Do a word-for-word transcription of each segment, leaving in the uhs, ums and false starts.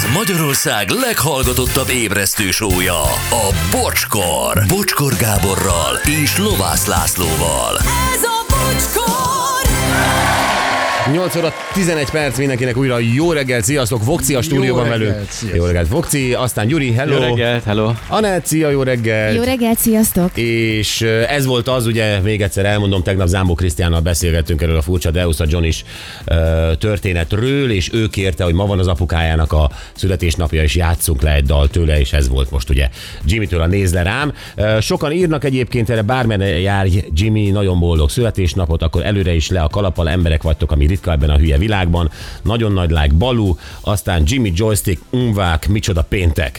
Ez Magyarország leghallgatottabb ébresztő show-ja, a Bocskor. Bocskor Gáborral és Lovász Lászlóval. Ez a Bocskor! nyolc óra tizenegy perc, mindenkinek újra jó reggelt, sziasztok, Vokci a stúdióban velünk. Jó reggelt, Vokci, aztán Gyuri, hello. Jó reggelt, hello. Anett, szia, jó reggelt. Jó reggelt, sziasztok. És ez volt az, ugye, még egyszer elmondom, tegnap Zámbó Krisztiánnal beszélgettünk erről a furcsa Deus a John is uh, történetről, és ő kérte, hogy ma van az apukájának a születésnapja, és játsszunk le egy dal tőle, és ez volt most ugye Jimmy-től a Nézd le rám. Uh, sokan írnak egyébként erre, bármelyre jár Jimmy, nagyon boldog születésnapot, akkor előre is le a kalappal, emberek vagytok, ami ritka ebben a hülye világban. Nagyon nagy like Balú, aztán Jimmy Joystick, Umvák, micsoda péntek.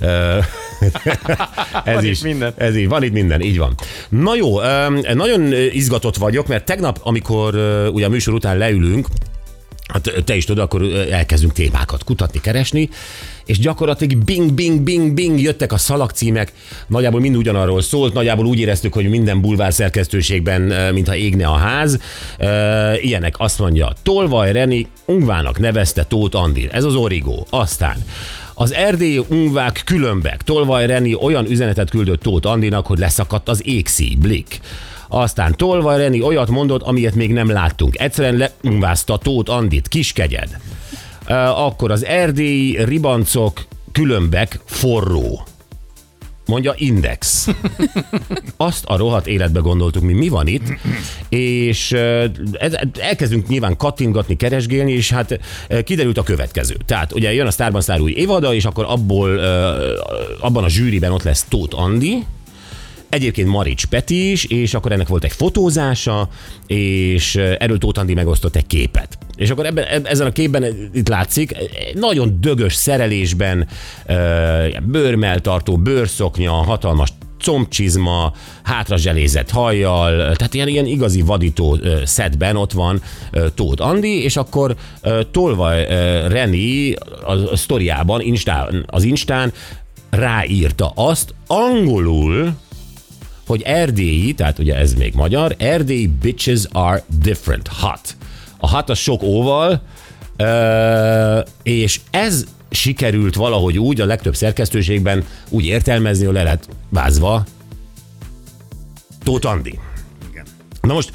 ez van is, itt minden. Ez így, van itt minden, így van. Na jó, nagyon izgatott vagyok, mert tegnap, amikor ugye a műsor után leülünk, hát te is tudod, akkor elkezdünk témákat kutatni, keresni, és gyakorlatilag bing, bing, bing, bing jöttek a szalagcímek, nagyjából mind ugyanarról szólt, nagyjából úgy éreztük, hogy minden bulvár szerkesztőségben, mintha égne a ház. Ilyenek, azt mondja, Tolvaj Reni Ungvának nevezte Tóth Andi. Ez az origó. Aztán az erdélyi ungvák különbek. Tolvaj Reni olyan üzenetet küldött Tóth Andinak, hogy leszakadt az égszíj, blik. Aztán Tolvaj Reni olyat mondott, amilyet még nem láttunk. Egyszerűen leungvázta Tóth Andit, kiskegyed. Akkor az erdélyi ribancok különbek forró. Mondja Index. Azt a rohadt életbe gondoltuk mi, mi van itt, és elkezdünk nyilván kattintgatni, keresgélni, és hát kiderült a következő. Tehát ugye jön a Sztárban Sztár új évada, és akkor abból, abban a zsűriben ott lesz Tóth Andi, egyébként Marics Peti is, és akkor ennek volt egy fotózása, és erről Tóth Andi megosztott egy képet. És akkor ebben, ezen a képben itt látszik, nagyon dögös szerelésben, bőrmeltartó, bőrszoknya, hatalmas combcsizma, hátra zselézett hajjal, tehát ilyen, ilyen igazi vadító szedben ott van Tóth Andi, és akkor Tolvaj Reni a sztoriában, Instán, az Instán ráírta azt angolul, hogy erdélyi, tehát ugye ez még magyar, erdélyi bitches are different, hot. A hot az sok óval, és ez sikerült valahogy úgy a legtöbb szerkesztőségben úgy értelmezni, hogy le lett vázva Tóth Andi. Igen. Na most,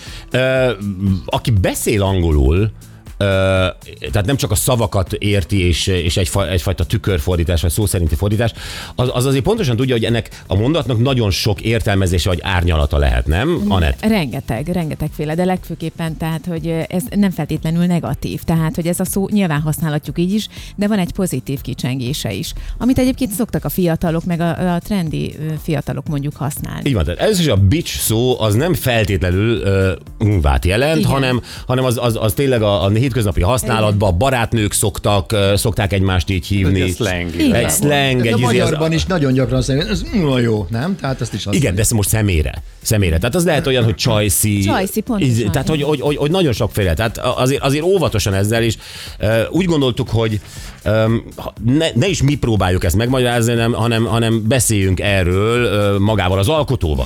aki beszél angolul, Uh, tehát nem csak a szavakat érti, és, és egyfa, egyfajta tükörfordítás, vagy szó szerinti fordítás, az, az azért pontosan tudja, hogy ennek a mondatnak nagyon sok értelmezése, vagy árnyalata lehet, nem, Anett? Rengeteg, rengetegféle, de legfőképpen, tehát, hogy ez nem feltétlenül negatív, tehát, hogy ez a szó nyilván használhatjuk így is, de van egy pozitív kicsengése is, amit egyébként szoktak a fiatalok, meg a, a trendi fiatalok mondjuk használni. Így van, tehát ez is a bitch szó, az nem feltétlenül uh, ungvát jelent, hanem, hanem az, az, az tényleg a, a hétköznapi használatban barátnők szoktak, szokták egymást így hívni. Ez slang. Egy slang. Egy a magyarban az... is nagyon gyakran szerint, ez jó, nem? Tehát ezt is használjuk. Igen, de ez most személyre. Személyre. Tehát az lehet olyan, hogy csajszi. Csajszi, pontosan. Tehát, hogy, hogy, hogy, hogy nagyon sokféle. Tehát azért, azért óvatosan ezzel is. Úgy gondoltuk, hogy ne, ne is mi próbáljuk ezt megmagyarázni, hanem, hanem, hanem beszéljünk erről magával, az alkotóval.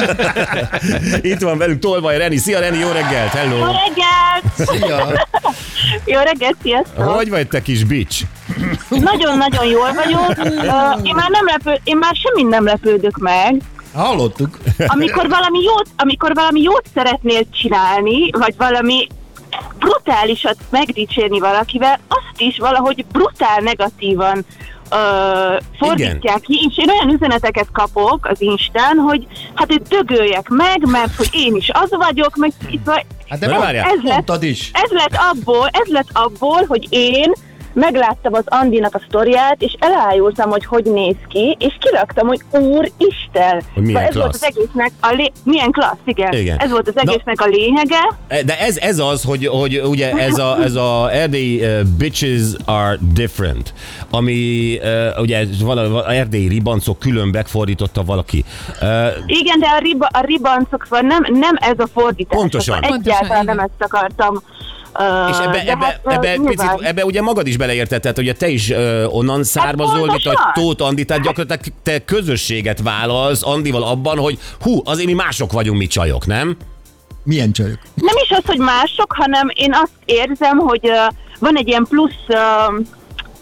Itt van velünk Tolvaj Reni. Szia Reni, jó reggelt! Hello! Jó reggelt! Szia! Jó reggelt, sziasztok! Hogy vagy te kis bitch? Nagyon-nagyon jól vagyok. Uh, én már nem lepő, én már semmit nem lepődök meg. Hallottuk. Amikor valami jót, amikor valami jót szeretnél csinálni, vagy valami brutálisat megdicsérni valakivel, azt is valahogy brutál negatívan Uh, fordítják Igen. ki, és én olyan üzeneteket kapok az Instán, hogy hát itt dögöljek meg, mert hogy én is az vagyok, meg itt vagy. Hát de ez, ez, lett, is. ez lett abból, ez lett abból, hogy én megláttam az Andinak a sztoriát, és elájultam, hogy hogy néz ki, és kiraktam, hogy Úristen! Hogy milyen ez klassz. volt az egésznek a lé... Milyen klassz, igen. igen. Ez volt az egésznek Na, a lényege. De ez, ez az, hogy, hogy ugye ez a, ez a erdélyi uh, bitches are different, ami uh, ugye vala, erdélyi ribancok különbek fordította valaki. Uh, igen, de a, riba, a ribancok, szóval nem, nem ez a fordítás. Pontosan. Szóval egyáltalán Pontosan, nem ezt akartam. Uh, és ebbe, ebbe, hát, ebbe, uh, picit, ebbe ugye magad is beleérted, tehát ugye te is uh, onnan származol, mint a Tóth Andi, tehát gyakorlatilag te közösséget vállalsz Andival abban, hogy hú, azért mi mások vagyunk, mi csajok, nem? Milyen csajok? Nem is az, hogy mások, hanem én azt érzem, hogy uh, van egy ilyen plusz uh,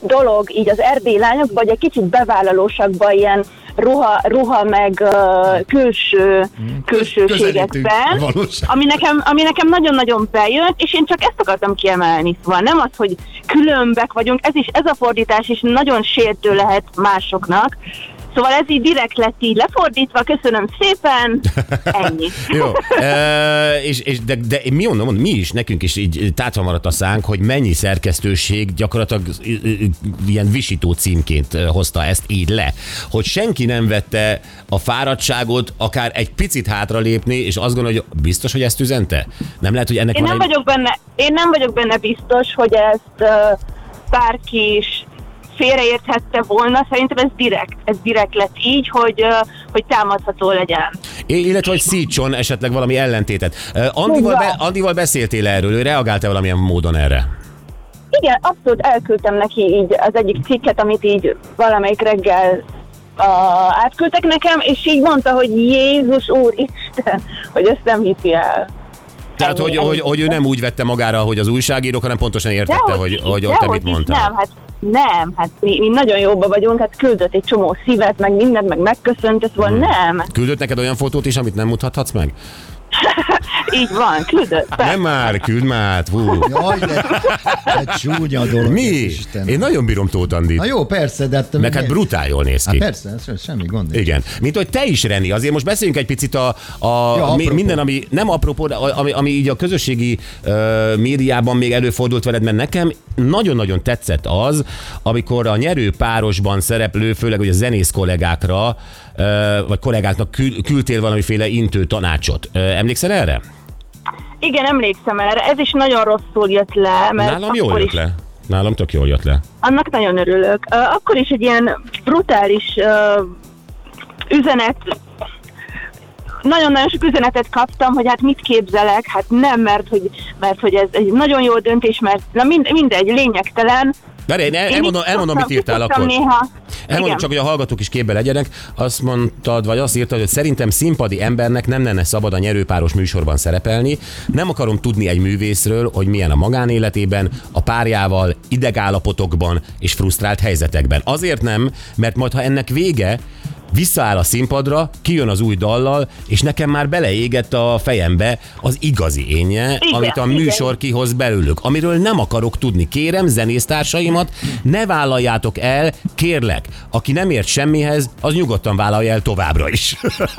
dolog így az erdélyi lányokban, hogy egy kicsit bevállalósakban ilyen ruha, ruha meg uh, külső, külsőségekben, ami nekem, ami nekem nagyon-nagyon bejön, és én csak ezt akartam kiemelni. Szóval nem az, hogy különbek vagyunk, ez is, ez a fordítás is nagyon sértő lehet másoknak. Szóval ez így direkt lett így lefordítva, köszönöm szépen, ennyi. Jó, e, és, és de, de mi mondom, mondom, mi is, nekünk is így tátva maradt a szánk, hogy mennyi szerkesztőség gyakorlatilag ilyen visító címként hozta ezt így le, hogy senki nem vette a fáradtságot akár egy picit hátralépni, és azt gondolja, hogy biztos, hogy ezt üzente? Nem lehet, hogy ennek én van nem egy... vagyok benne, Én nem vagyok benne biztos, hogy ezt uh, bárki is félreérthette volna, szerintem ez direkt, ez direkt lett így, hogy, hogy támadható legyen. É, illetve, hogy szítson esetleg valami ellentétet. Andival, be, Andival beszéltél erről, ő reagált-e valamilyen módon erre? Igen, abszolút elküldtem neki így az egyik cikket, amit így valamelyik reggel uh, átküldtek nekem, és így mondta, hogy Jézus Úristen, hogy ezt nem hiszi el. Tehát, ennyi, hogy, ennyi. Hogy, hogy ő nem úgy vette magára, hogy az újságírók, hanem pontosan értette, de hogy, hogy, hogy te mit mondtál. Nem, hát nem, hát mi, mi nagyon jóban vagyunk, hát küldött egy csomó szívet, meg mindent, meg megköszönt, szóval hmm. nem. Küldött neked olyan fotót is, amit nem mutathatsz meg? Így van, küldött. Nem már, küld már. Jaj, de, de csúnya dolog. Mi? Istenem. Én nagyon bírom Tóth Andit. Na jó, persze, de... Te meg hát brutál jól néz ki. Hát persze, ez semmi gond. Igen. Mint hogy te is, Reni, azért most beszéljünk egy picit a, a ja, mi, minden, ami nem apropó, de ami, ami így a közösségi uh, médiában még előfordult veled, mert nekem nagyon-nagyon tetszett az, amikor a nyerő párosban szereplő, főleg hogy a zenész kollégákra, uh, vagy kollégáknak kül, küldtél valamiféle intő tanácsot. Uh, emlékszel erre? Igen, emlékszem erre. Ez is nagyon rosszul jött le. Mert nálam jól jött is... le. Nálam tök jól jött le. Annak nagyon örülök. Uh, akkor is egy ilyen brutális uh, üzenet, nagyon-nagyon sok üzenetet kaptam, hogy hát mit képzelek, hát nem, mert hogy, mert, hogy ez egy nagyon jó döntés, mert na mind, mindegy, lényegtelen. Várj, én el, elmondom, elmondom mit írtál akkor. Néha. Elmondom csak, hogy a hallgatók is képbe legyenek. Azt mondtad, vagy azt írtad, hogy szerintem színpadi embernek nem lenne szabad a nyerőpáros műsorban szerepelni. Nem akarom tudni egy művészről, hogy milyen a magánéletében, a párjával, idegállapotokban és frusztrált helyzetekben. Azért nem, mert majd ha ennek vége, visszaáll a színpadra, kijön az új dallal, és nekem már beleégett a fejembe az igazi énje, igen, amit a műsor igen. kihoz belőlük, amiről nem akarok tudni. Kérem zenésztársaimat, ne vállaljátok el, kérlek, aki nem ért semmihez, az nyugodtan vállalja el továbbra is.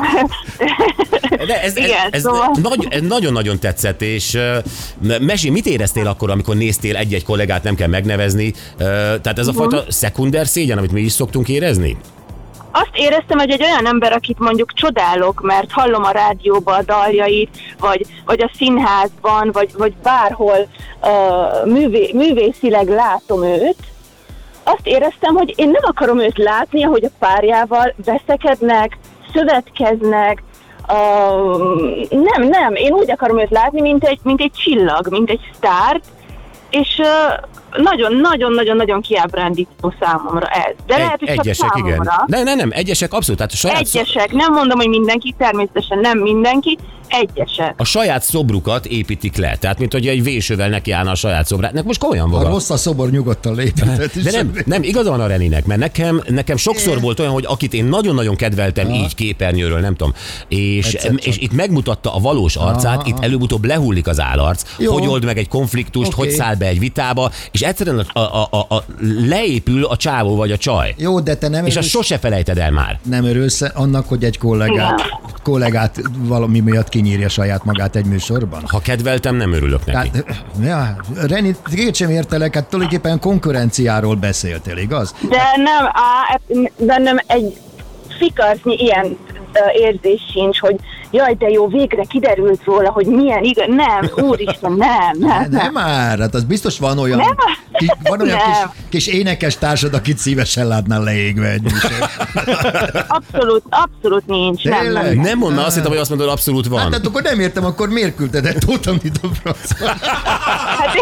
De ez, igen, ez, ez, szóval... nagy, ez nagyon-nagyon tetszett, és uh, Mesi, mit éreztél akkor, amikor néztél egy-egy kollégát, nem kell megnevezni, uh, tehát ez a uh-huh. fajta szekunder szégyen, amit mi is szoktunk érezni? Azt éreztem, hogy egy olyan ember, akit mondjuk csodálok, mert hallom a rádióban a daljait, vagy, vagy a színházban, vagy, vagy bárhol uh, művé, művészileg látom őt, azt éreztem, hogy én nem akarom őt látni, ahogy a párjával veszekednek, szövetkeznek, uh, nem, nem, én úgy akarom őt látni, mint egy, mint egy csillag, mint egy sztárt, és nagyon-nagyon-nagyon-nagyon uh, kiábrándító számomra ez. De egy, lehet, hogy egyesek, csak számomra. Igen. Nem, nem, nem, egyesek abszolút. Tehát a saját egyesek, szó... nem mondom, hogy mindenki, természetesen nem mindenki, egyesek. A saját szobrukat építik le, tehát mint hogy egy vésővel nekiállna a saját szobrát. Most komolyan van. Ha rossz a szobor, nyugodtan lépített. De nem, nem, igaza van a Reninek, mert nekem, nekem sokszor volt olyan, hogy akit én nagyon-nagyon kedveltem ha. így képernyőről, nem tudom, és, és itt megmutatta a valós arcát, ha, ha. itt előbb-utóbb lehullik az állarc, jó. hogy old meg egy konfliktust, okay. hogy száll be egy vitába, és egyszerűen a, a, a, a, leépül a csávó vagy a csaj. Jó, de te nem És azt sose felejted el már. Nem örülsz annak, hogy egy kollégát, kollégát valami miatt kinyírja saját magát egy műsorban? Ha kedveltem, nem örülök neki. Tehát, ja, Reni, két sem értelek, hát tulajdonképpen konkurenciáról beszéltél, igaz? De nem, á, bennem egy fikarcnyi ilyen érzés sincs, hogy jaj, de jó, végre kiderült róla, hogy milyen igaz. Nem, úristen, nem, nem. Nem, nem már, hát az biztos van olyan, nem. Kis, van olyan kis, kis énekes társad, akit szívesen látnál leégve egy műsor. Abszolút, abszolút nincs. Nem, nem, nem mondd, azt hittem, hogy azt mondod, abszolút van. Hát, hát akkor nem értem, akkor miért küldted egy Tóth Andit a francba? Hát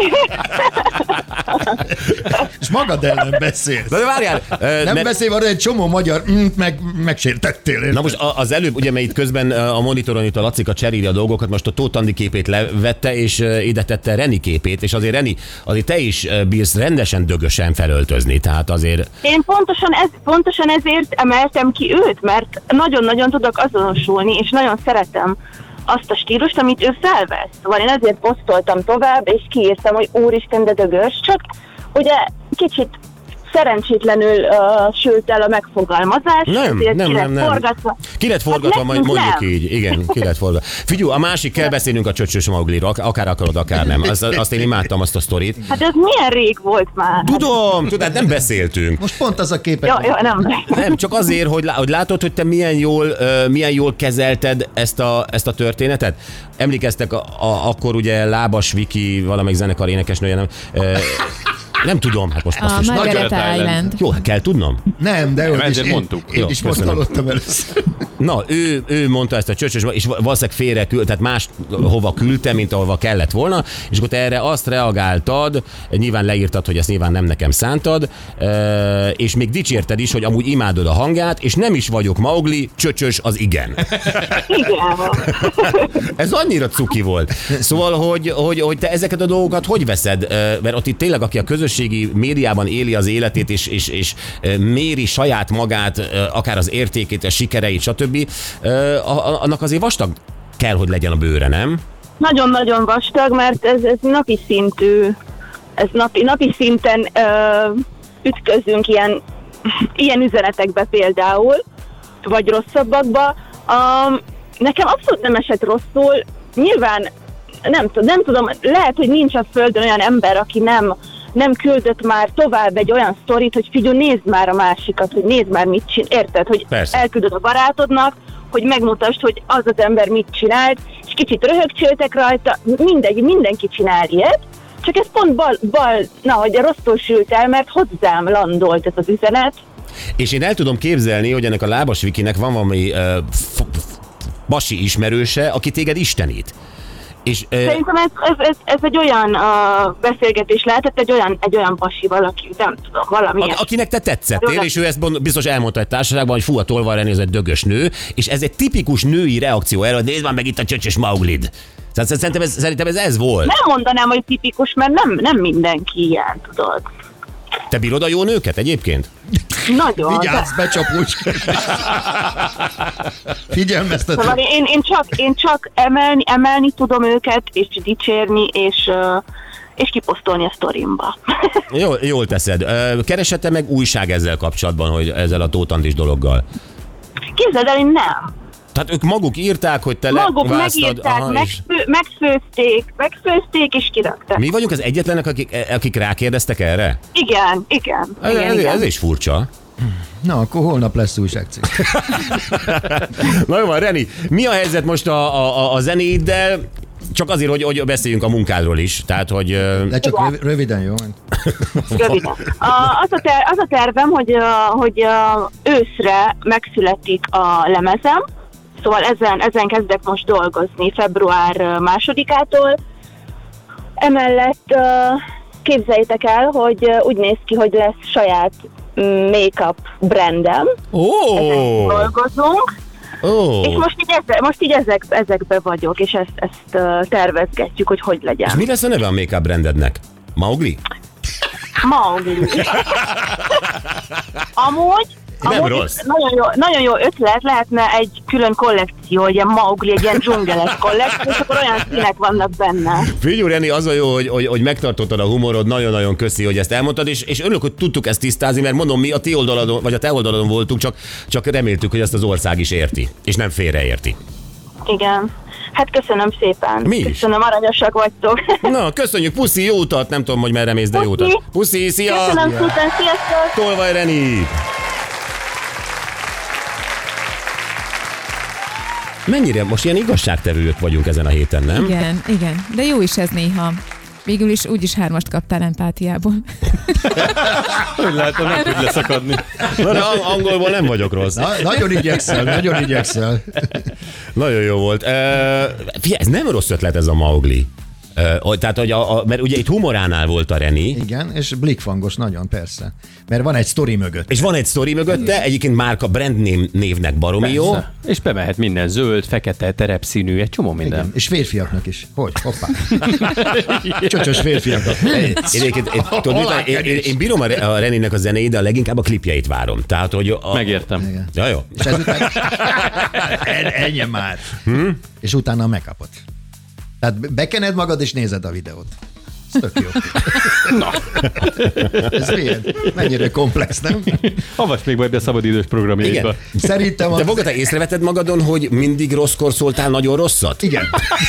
és magad ellen beszélsz. Na de várjál. Nem mert... beszélj arra, egy csomó magyar meg, megsértettél. Érted? Na most az előbb, ugye, mert itt közben a monitoron itt a Lacika cseréli a dolgokat, most a Tóth Andi képét levette, és ide tette Reni képét, és azért Reni, azért te is bírsz bírsz rendesen dögösen felöltözni, tehát azért... Én pontosan, ez, pontosan ezért emeltem ki őt, mert nagyon-nagyon tudok azonosulni, és nagyon szeretem azt a stílust, amit ő felvesz. Szóval én ezért posztoltam tovább, és kiírtam, hogy úristen, de dögös, csak ugye kicsit szerencsétlenül uh, sült el a megfogalmazás. Nem, nem, nem, nem. Forgatva. Ki lett forgatva, hát majd mondjuk nem. így. Igen, ki lett forgatva. Figyú, a másik, kell beszélnünk a Csöcsös Maugliról, akár akarod, akár nem. Azt, azt én imádtam, azt a sztorit. Hát ez milyen rég volt már. Tudom, tudod, nem beszéltünk. Most pont az a képet. Jó, jó, nem. Nem, csak azért, hogy, hogy látod, hogy te milyen jól, uh, milyen jól kezelted ezt a, ezt a történetet. Emlékeztek, a, a, akkor ugye Lábas Viki, valamelyik zenekar énekesnője, nem... Uh, Nem tudom, hát most azt A is... Margaret Island. Island. Jó, hát kell tudnom. Nem, de őt is, ezért én, mondtuk. én Jó, is most köszönöm. hallottam először. Na, ő, ő mondta ezt a Csöcsös, és valószínűleg félre küld, tehát más hova küldte, mint ahova kellett volna, és akkor te erre azt reagáltad, nyilván leírtad, hogy ezt nyilván nem nekem szántad, és még dicsérted is, hogy amúgy imádod a hangját, és nem is vagyok Maugli, Csöcsös az igen. Igen. Ez annyira cuki volt. Szóval, hogy, hogy, hogy te ezeket a dolgokat hogy veszed? Mert ott itt tényleg, aki a közösségi médiában éli az életét, és, és, és méri saját magát, akár az értékét, a sikereit, stb., annak azért vastag kell, hogy legyen a bőre, nem? Nagyon-nagyon vastag, mert ez, ez napi szintű, ez napi, napi szinten ö, ütközünk ilyen, ilyen üzenetekbe például, vagy rosszabbakba. Um, nekem abszolút nem esett rosszul, nyilván nem, nem tudom, lehet, hogy nincs a földön olyan ember, aki nem, nem küldött már tovább egy olyan sztorit, hogy figyelj, nézd már a másikat, hogy nézd már mit csinál, érted, hogy Persze. elküldöd a barátodnak, hogy megmutasd, hogy az az ember mit csinált, és kicsit röhögcsöltek rajta, mindegy, mindenki csinál ilyet, csak ez pont bal, bal na, hogy rosszul sült el, mert hozzám landolt ez az üzenet. És én el tudom képzelni, hogy ennek a Lábas Vikinek van valami uh, f- f- basi ismerőse, aki téged istenít. És, uh, Szerintem ez, ez, ez, ez egy olyan uh, beszélgetés lehetett, egy olyan, egy olyan pasi valaki, nem tudom, valami. a, akinek te tetszettél, és ő ezt biztos elmondta egy társaságban, hogy fú, a Tolvaj Reni, ez egy dögös nő, és ez egy tipikus női reakció erre, hogy nézd már meg itt a Csöcsös Mauglid. Szerintem ez, szerintem ez, ez volt. Nem mondanám, hogy tipikus, mert nem, nem mindenki ilyen, tudod. Te bírod a jó nőket egyébként? Nagyon. Vigyázz, becsapulcs. Figyelmeztető. Szóval én, én, csak, én csak emelni, emelni tudom őket, és dicsérni, és, uh, és kiposztolni a sztorimba. Jól, jól teszed. Keresette meg újság ezzel kapcsolatban, hogy ezzel a Tóth Andis dologgal? Képzeld el, én nem. Tehát ők maguk írták, hogy te Maguk levásztad. megírták, Aha, és megfő, megfőzték, megfőzték, és kirakták. mi vagyunk az egyetlenek, akik, akik rákérdeztek erre? Igen, igen. Ez, igen, ez, igen. ez is furcsa. Na, akkor holnap lesz újságcikk. Na jó van, Reni, mi a helyzet most a, a, a zenéiddel? Csak azért, hogy, hogy beszéljünk a munkádról is. Tehát, hogy... De csak Igen. röv- röviden, jó? Röviden. A, az, a ter, az a tervem, hogy, a, hogy a, őszre megszületik a lemezem, szóval ezen, ezen kezdek most dolgozni február másodikától. Emellett képzeljétek el, hogy úgy néz ki, hogy lesz saját make-up brandem. Ó! Ezen dolgozunk. Ó! És most így, ezek, most így ezek, ezekbe vagyok, és ezt, ezt uh, tervezgetjük, hogy hogy legyen. És mi lesz a neve a make-up brandednek? Mauglि? Mauglि. Amúgy, Nem amúgy rossz. Nagyon jó, nagyon jó ötlet, lehetne egy külön kollekció, egy ilyen Mauglि, egy ilyen dzsungeles kollekció, és akkor olyan színek vannak benne. Figyelj, Reni, az a jó, hogy, hogy, hogy megtartottad a humorod, nagyon-nagyon köszi, hogy ezt elmondtad, és, és örülök, hogy tudtuk ezt tisztázni, mert mondom, mi a ti oldaladon, vagy a te oldaladon voltunk, csak, csak reméltük, hogy ezt az ország is érti, és nem félreérti. Igen. Hát köszönöm szépen. Mi is. Köszönöm, aranyosak vagytok. Na, köszönjük, puszi, jó utat, nem tudom, hogy merre mész, de jó utat. Puszi, szia! Köszönöm szépen, sziasztok! Tolvaj Reni! Mennyire most ilyen igazságtevők vagyunk ezen a héten, nem? Igen, igen. De jó is ez néha. Végül is úgyis hármast kaptál empátiából. Hogy lehet, hogy nem tud leszakadni. Na, de angolból nem vagyok rossz. Na, nagyon igyekszel, nagyon igyekszel. Nagyon jó volt. Uh, figyelj, ez nem rossz ötlet ez a Mauglि. Uh, tehát, hogy a, a, mert ugye itt humoránál volt a Reni. Igen, és blikfangos nagyon, persze. Mert van egy sztori mögött. És van egy sztori mögötte, egyébként márka brand name, névnek baromi jó. És bemehet minden zöld, fekete, terepszínű, egy csomó minden. Igen. És férfiaknak is. Hogy? Hoppá. Csöcsös férfiaknak. Én, én, én, tudod, én, én, én bírom a Reninek a zenéit, de a leginkább a klipjeit várom. Tehát, hogy a... Megértem. Igen. Ja, jó. És ezután... Ennyi már. Hm? És utána a make-upot. Tehát bekened magad, és nézed a videót. Ez tök jó. Na. Ez milyen? Mennyire komplex, nem? Havas még majd be a szabadidős programjaidba. Igen. Szerintem... Te A... Boga, te észrevetted magadon, hogy mindig rosszkor szóltál nagyon rosszat? Igen.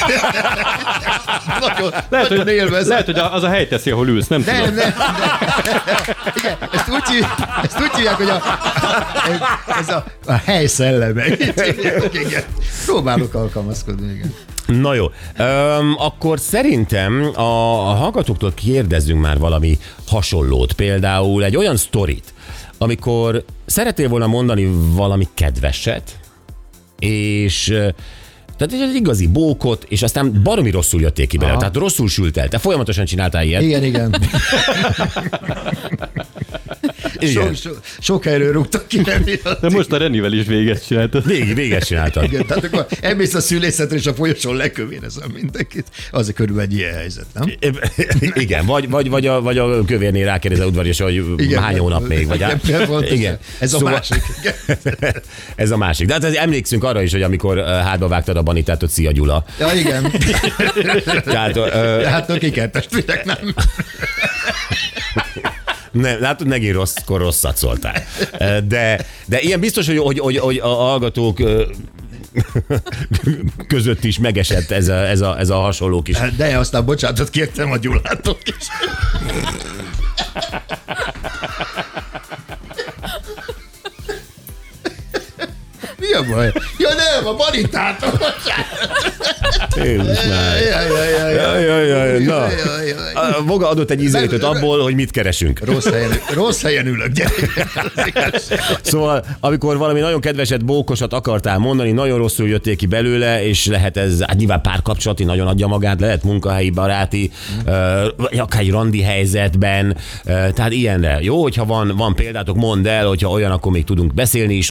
nagyon, Lehet, nagyon hogy, élvezem. lehet, hogy az a hely teszi, ahol ülsz, nem Nem, tudom. nem, nem. Igen, ezt úgy, hív, ezt úgy hívják, hogy a, ez a, a hely szelleme. Igen. Próbálok alkalmazkodni, igen. Na jó, Öm, akkor szerintem a, a hallgatóktól kérdezzünk már valami hasonlót. Például egy olyan sztorit, amikor szeretnél volna mondani valami kedveset, és tehát egy igazi bókot, és aztán baromi rosszul jöttél ki belőle. Tehát rosszul sült el. Te folyamatosan csináltál ilyet. Igen, igen. Igen. Sok, sok, sok helyről rúgtak ki, nem miatt. De most a Renivel is véget csináltad. Végig, véges csináltad. Igen, tehát akkor elmész a szülészetre, és a folyosón lekövérezel mindenkit. Az a körülbelül egy ilyen helyzet, nem? Igen, vagy, vagy, vagy, a, vagy a kövérnél rákérdez a udvarjas, hogy Igen, hány hónap még, vagy igen, igen, volt igen. Ez a Szóval- másik. Ez a másik. De hát emlékszünk arra is, hogy amikor uh, hátba vágtad a Banitát, hogy szia Gyula. Ja, igen. Tehát, uh, Hát a kikertestvérek nem. nem, látod, megint rosszkor rosszat szóltál. Uh, De, de ilyen biztos, hogy, hogy, hogy, hogy a hallgatók uh, között is megesett ez a, ez a, ez a hasonló kis. De aztán bocsánatot kértem a Gyulától is. Mi a baj? Ja nem, a Banitától. Jézus már. Jaj, jaj, jaj, Jaj, jaj, jaj, na. Jaj, jaj, jaj. A Boga adott egy ízlétöt abból, hogy mit keresünk. Rossz helyen, rossz helyen ülök, gyerekek. Szóval, amikor valami nagyon kedveset, bókosat akartál mondani, nagyon rosszul jöttél ki belőle, és lehet ez, hát nyilván párkapcsolati, nagyon adja magát, lehet munkahelyi, baráti, vagy akár egy randi helyzetben, tehát ilyenre. Jó, hogyha van, van példátok, mondd el, hogyha olyan, akkor még tudunk beszélni is.